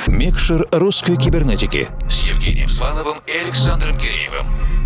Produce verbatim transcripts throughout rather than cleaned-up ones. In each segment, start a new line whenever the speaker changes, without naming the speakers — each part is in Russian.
Микшер русской кибернетики с Евгением Сваловым и Александром Киреевым.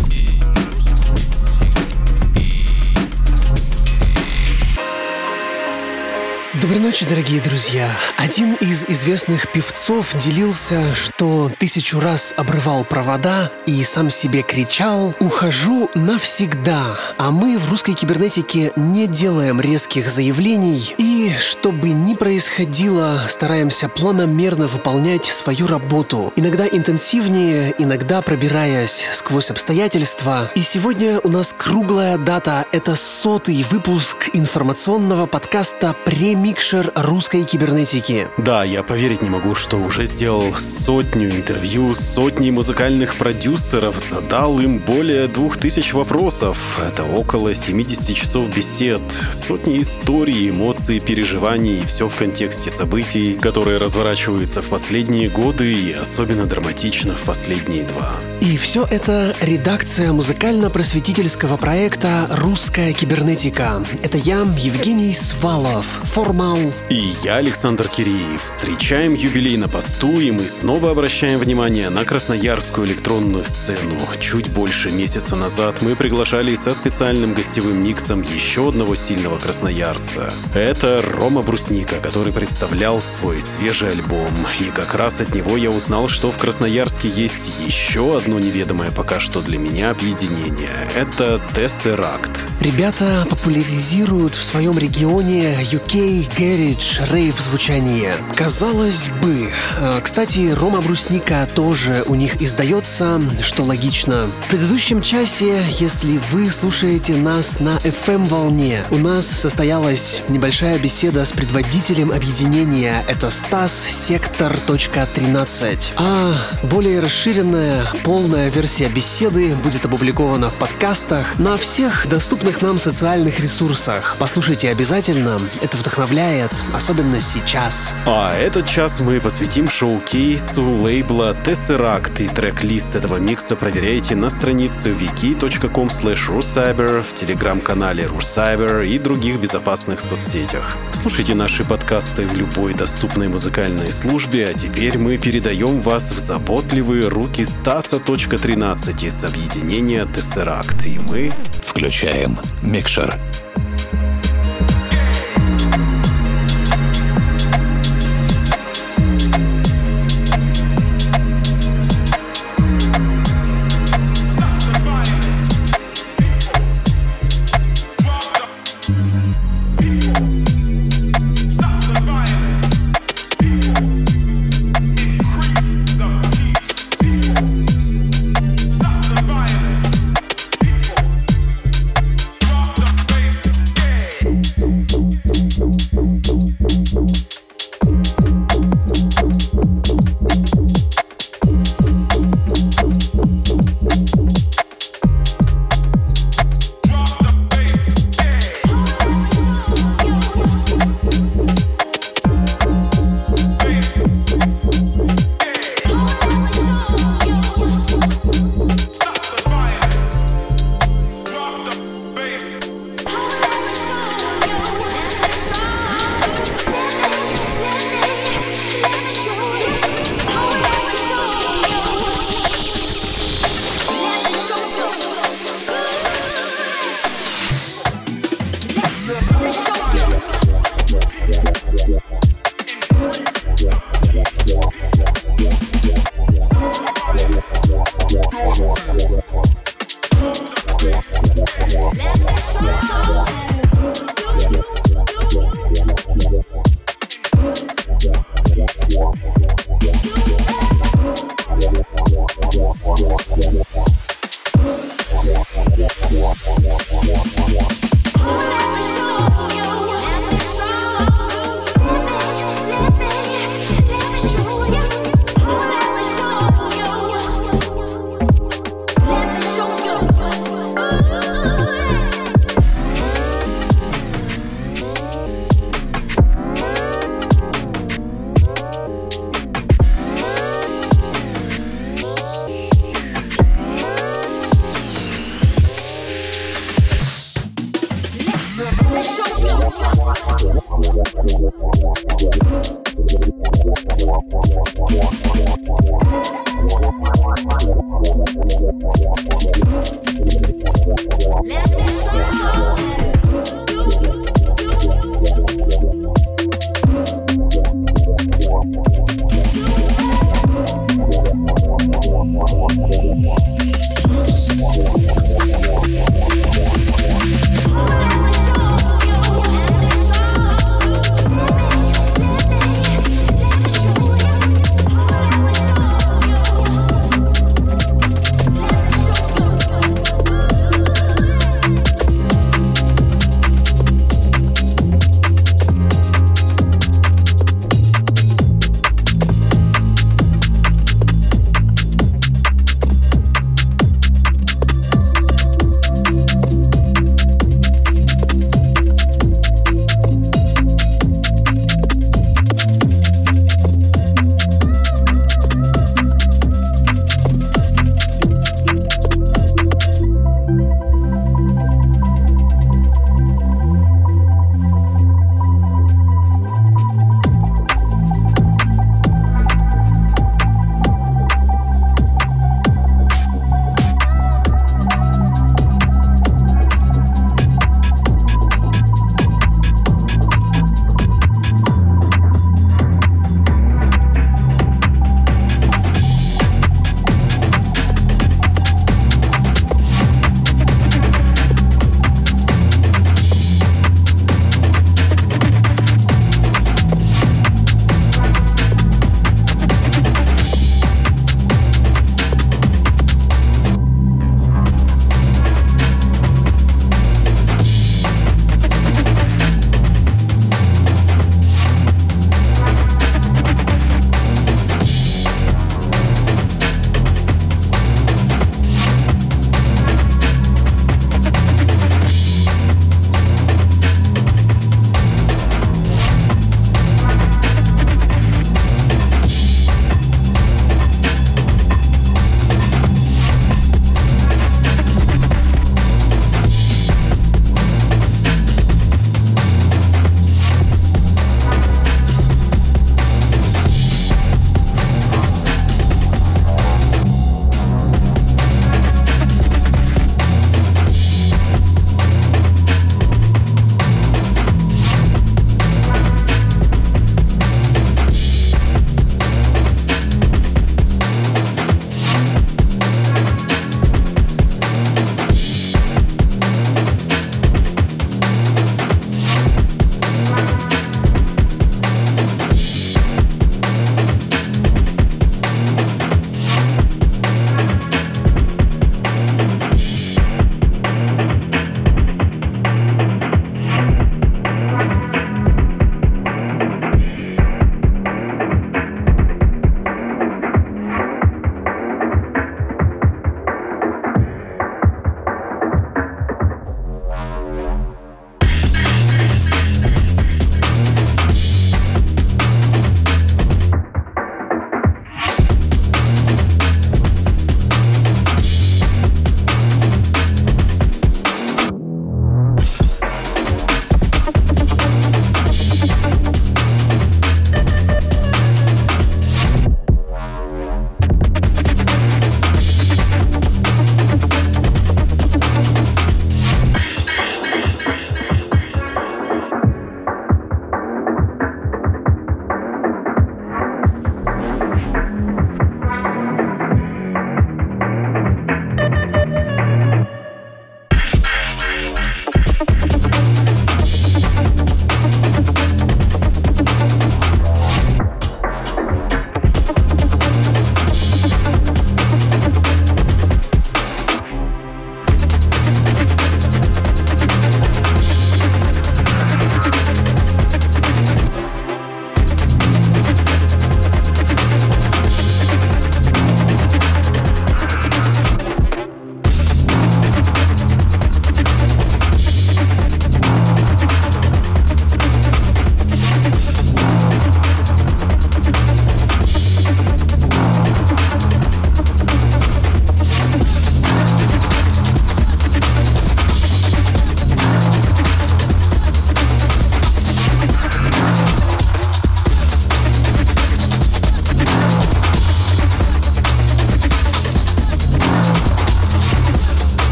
Доброй ночи, дорогие друзья. Один из известных певцов делился, что тысячу раз обрывал провода и сам себе кричал: «Ухожу навсегда». А мы в русской кибернетике не делаем резких заявлений и, что бы ни происходило, стараемся планомерно выполнять свою работу. Иногда интенсивнее, иногда пробираясь сквозь обстоятельства. И сегодня у нас круглая дата. Это сотый выпуск информационного подкаста «Премикшер русской кибернетики».
Да, я поверить не могу, что уже сделал сотню интервью, сотни музыкальных продюсеров, задал им более двух тысяч вопросов. Это около семьдесят часов бесед, сотни историй, эмоций, переживаний, и все в контексте событий, которые разворачиваются в последние годы и особенно драматично в последние два.
И все это редакция музыкально-просветительского проекта «Русская кибернетика». Это я, Евгений Свалов, формал.
И я, Александр Киреев. Встречаем юбилей на посту, и мы снова обращаем внимание на красноярскую электронную сцену. Чуть больше месяца назад мы приглашали со специальным гостевым миксом еще одного сильного красноярца. Это Рома Брусника, который представлял свой свежий альбом. И как раз от него я узнал, что в Красноярске есть еще одно неведомое пока что для меня объединение. Это Tesseract.
Ребята популяризируют в своем регионе ю кей Garage рейв звучание. Казалось бы. Кстати, Рома Брусника тоже у них издается, что логично. В предыдущем часе, если вы слушаете нас на эф эм-волне, у нас состоялась небольшая беседа с предводителем объединения. Это Стас, Сектор тринадцать. А более расширенная, полная версия беседы будет опубликована в подкастах на всех доступных нам социальных ресурсах. Послушайте обязательно, это вдохновляет, особенно сейчас.
А этот час мы посвятим шоу-кейсу лейбла Tesseract, и трек-лист этого микса проверяйте на странице вики точка ком слэш русайбер, в телеграм-канале Русайбер и других безопасных соцсетях. Слушайте наши подкасты в любой доступной музыкальной службе, а теперь мы передаем вас в заботливые руки Стаса тринадцать из объединения Tesseract, и мы
включаем микшер.
Drop the bass.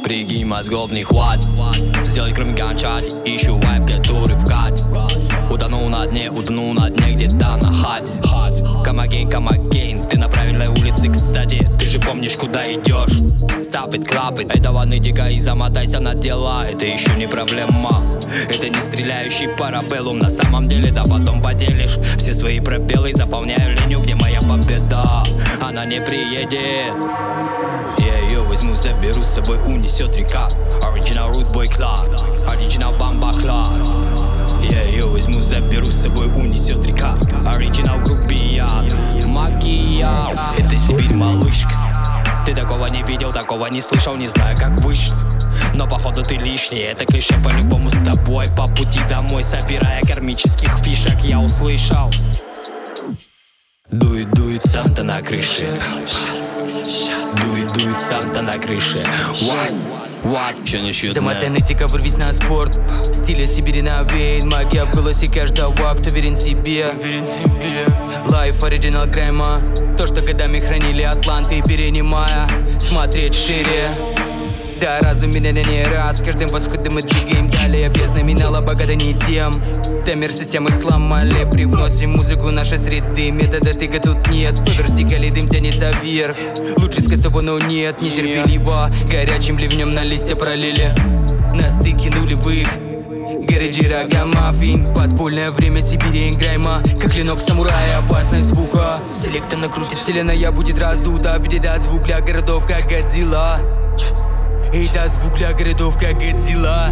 Прикинь, мозгов не хватит сделать кроме кончать. Ищу вайб, который вкатит. Утону на дне, утону на дне где-то на хате. Come again, come again. Ты на правильной улице, кстати. Ты же помнишь, куда идешь. Stop it, clap it. Этого нытика и замотайся на дела. Это еще не проблема. Это не стреляющий парабеллум. На самом деле, да потом поделишь все свои пробелы. Заполняю линию, где моя победа. Она не приедет. Я ее возьму, заберу с собой, унесет река. Original Root Boy Club, Original Bamba Club. Я ее возьму, заберу с собой, унесет река. Original грубиян, магия. Это Сибирь, малышка. Ты такого не видел, такого не слышал, не знаю, как вышло. Но походу ты лишний, это клише по-любому с тобой. По пути домой, собирая кармических фишек, я услышал. Дует, дует Санта на крыше. Дует, дует Санта на крыше. What? What? Че насчет
Замотай
нас?
нытика, ворвись на спорт. Стиля Сибири навеян. Магия в голосе каждого, кто верен себе. Life Original Грэма. То, что годами хранили атланты, перенимая. Смотреть шире. Да, разум меня не раз. С каждым восходом мы двигаем далее. Без номинала богато не тем. Таймер системы сломали. Привносим музыку нашей среды. Метода тыка тут нет. По вертикали дым тянется вверх. Лучше сказать, но нет. Нетерпеливо горячим ливнем на листья пролили. На стыке нулевых. Гаражи, рога, маффин. Подпольное время Сибири, Грайма. Как клинок самурая, опасность звука. Селекта накрутит, вселенная будет раздута. Передать звук для городов, как Годзилла. Это звук для городов, как Годзилла.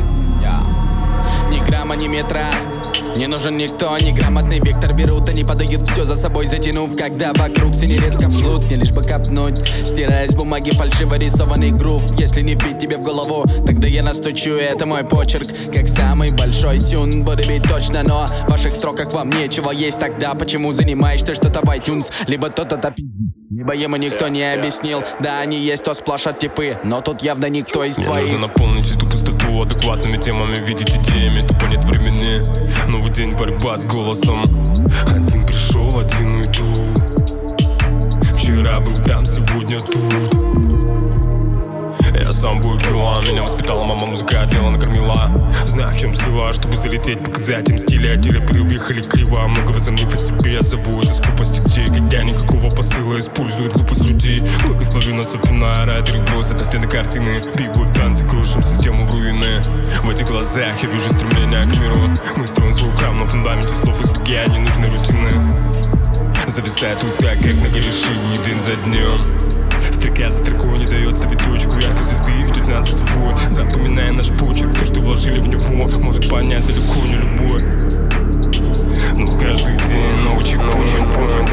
Ни грамма, ни метра. Не нужен никто, неграмотный вектор берут. Они подают все за собой, затянув, когда вокруг все нередко плут. Не лишь бы копнуть, стирая с бумаги фальшиво рисованный грув. Если не вбить тебе в голову, тогда я настучу, это мой почерк. Как самый большой тюн, буду бить точно, но в ваших строках вам нечего есть. Тогда почему занимаешься что-то в iTunes? Либо то-то топи, либо ему никто не объяснил. Да, они есть, то сплошат типы, но тут явно никто из
Мне
твоих.
нужно наполнить эту пустоту адекватными темами, видеть идеями, тупо нет времени. Новый день, борьба с голосом. Один пришел, один уйду. Вчера был там, сегодня тут. Я сам буйкила, меня воспитала мама, музыка дело накормила. Знаю, в чем сила, чтобы залететь, показать им стили. А терапы выехали криво, много возомнив о себе. Зовут из скупости детей, когда никакого посыла. Используют глупость людей. Благослови нас Афина, райдеры бросят о стены картины. Бигбой в танце, крушим систему в руины. В этих глазах я вижу стремление к миру. Мы строим свой храм на фундаменте слов из бега, не нужны рутины. Зависает вот так, как на горешивый день за днем. Строка за строкой не дает ставить точку. Яркой звезды ведет нас за собой. Запоминая наш почерк, то, что вложили в него, может понять далеко не любой. Но каждый день новый чекпоинт.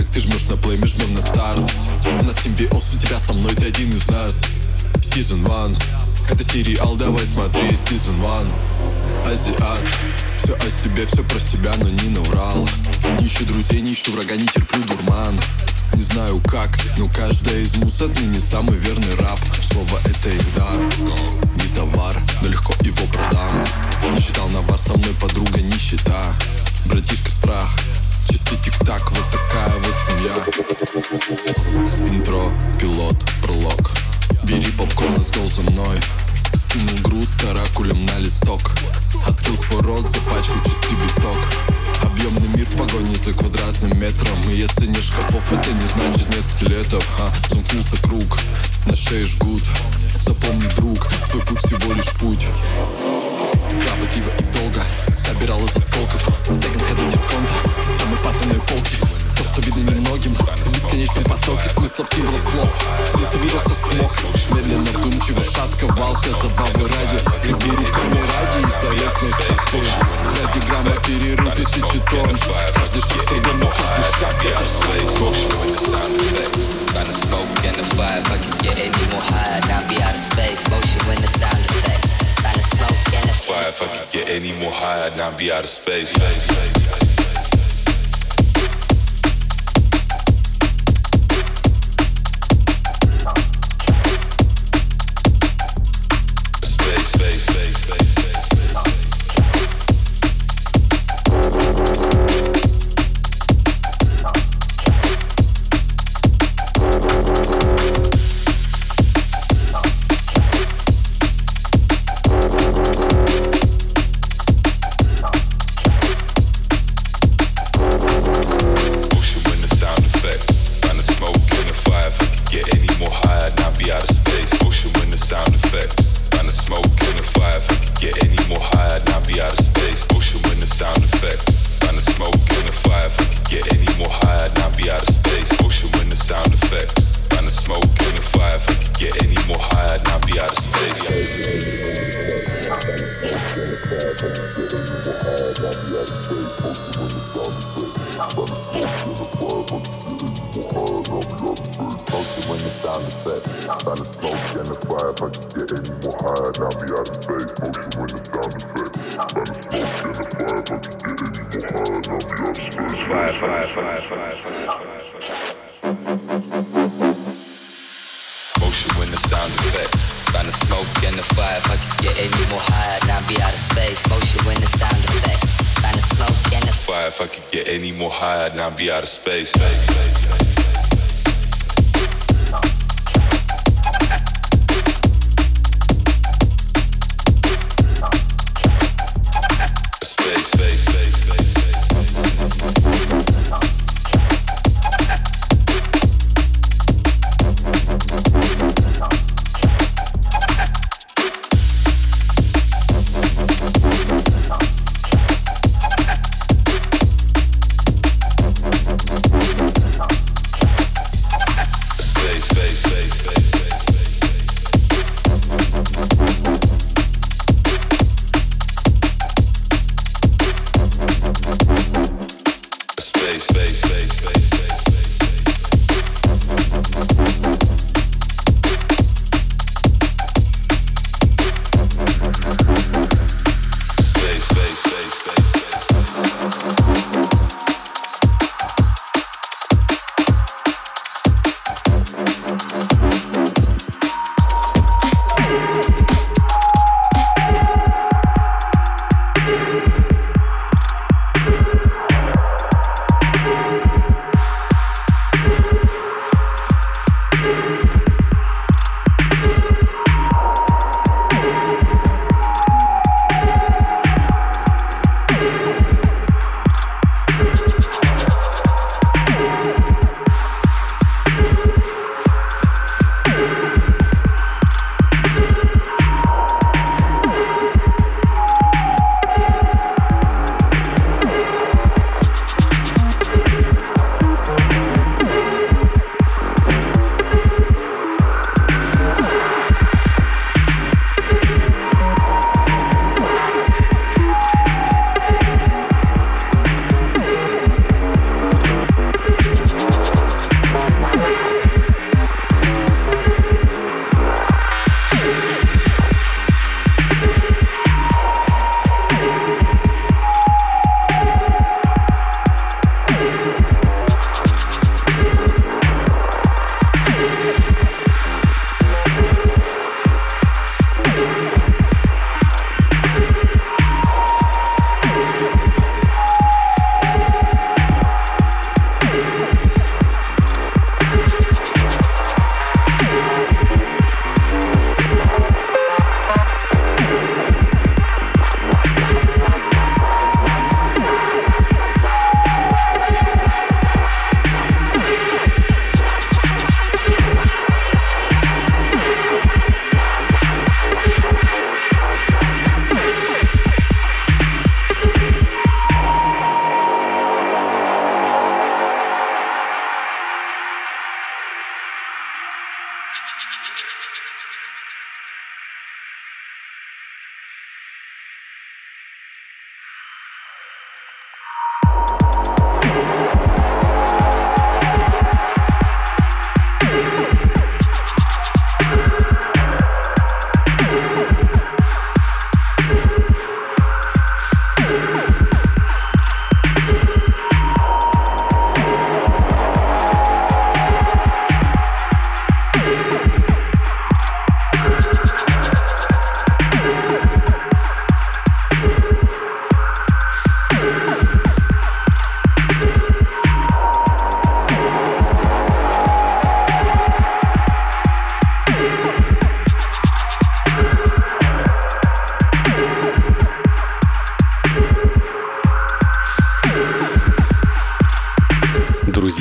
Ты жмешь на плей, мы жмем на старт. У нас симбиоз, у тебя со мной, ты один из нас. Season one. Это сериал, давай смотреть Season one. Азиат. Все о себе, все про себя, но не наврал. Не ищу друзей, не ищу врага, не терплю дурман. Не знаю как, но каждая из муз отныне самый верный раб. Слово это их дар, не товар, но легко его продам. Не считал навар, со мной подруга нищета. Братишка страх, часы тик-так, вот такая вот семья. Интро, пилот, пролог. Бери попкорн, сгол за мной. Скинул груз каракулем на листок. Открыл свой рот, запачкал чистый биток. Объемный мир в погоне за квадратным метром. И если нет шкафов, это не значит нет скелетов. а, Замкнулся круг, на шее жгут. Запомни, друг, твой путь всего лишь путь. Кропотливо и долго собирал из осколков секонд-хеда дисконта, самой паттерной полки. То, что видно немногим в бесконечном потоке смыслов, символов, слов. Слился, вырвался смог. Медленно, вдумчиво, шатковался забавы ради. Греби руками ради и словесной шахты. Ради грамма перерыв тысячи тонн. Каждый шаг с трудом, но каждый шаг это шаг.
If I could get any more high, I'd not be out of space. If I could get any more high, I'd not be out of space. Space, space, space.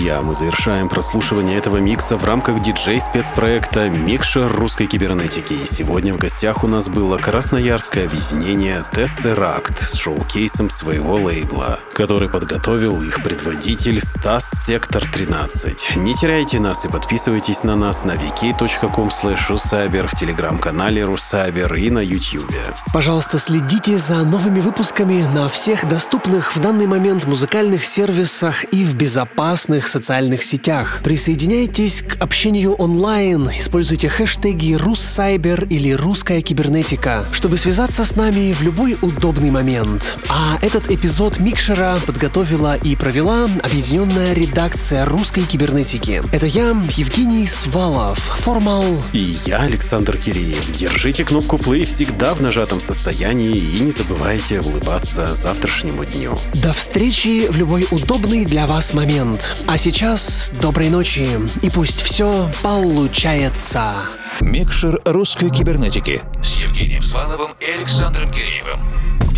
друзья, мы завершаем прослушивание этого микса в рамках диджей-спецпроекта «Микшер русской кибернетики». И сегодня в гостях у нас было красноярское объединение Tesseract с шоу-кейсом своего лейбла, который подготовил их предводитель Стас Сектор тринадцать. Не теряйте нас и подписывайтесь на нас на ви кей точка ком слэш русайбер, в телеграм-канале Русайбер и на ютьюбе.
Пожалуйста, следите за новыми выпусками на всех доступных в данный момент музыкальных сервисах и в безопасных социальных сетях. Присоединяйтесь к общению онлайн, используйте хэштеги Руссайбер или Русская кибернетика, чтобы связаться с нами в любой удобный момент. А этот эпизод Микшера подготовила и провела объединенная редакция Русской кибернетики. Это я, Евгений Свалов, Формал.
И я, Александр Киреев. Держите кнопку play всегда в нажатом состоянии и не забывайте улыбаться завтрашнему дню.
До встречи в любой удобный для вас момент. А сейчас доброй ночи и пусть все получается.
Микшер русской кибернетики с Евгением Сваловым и Александром Киреевым.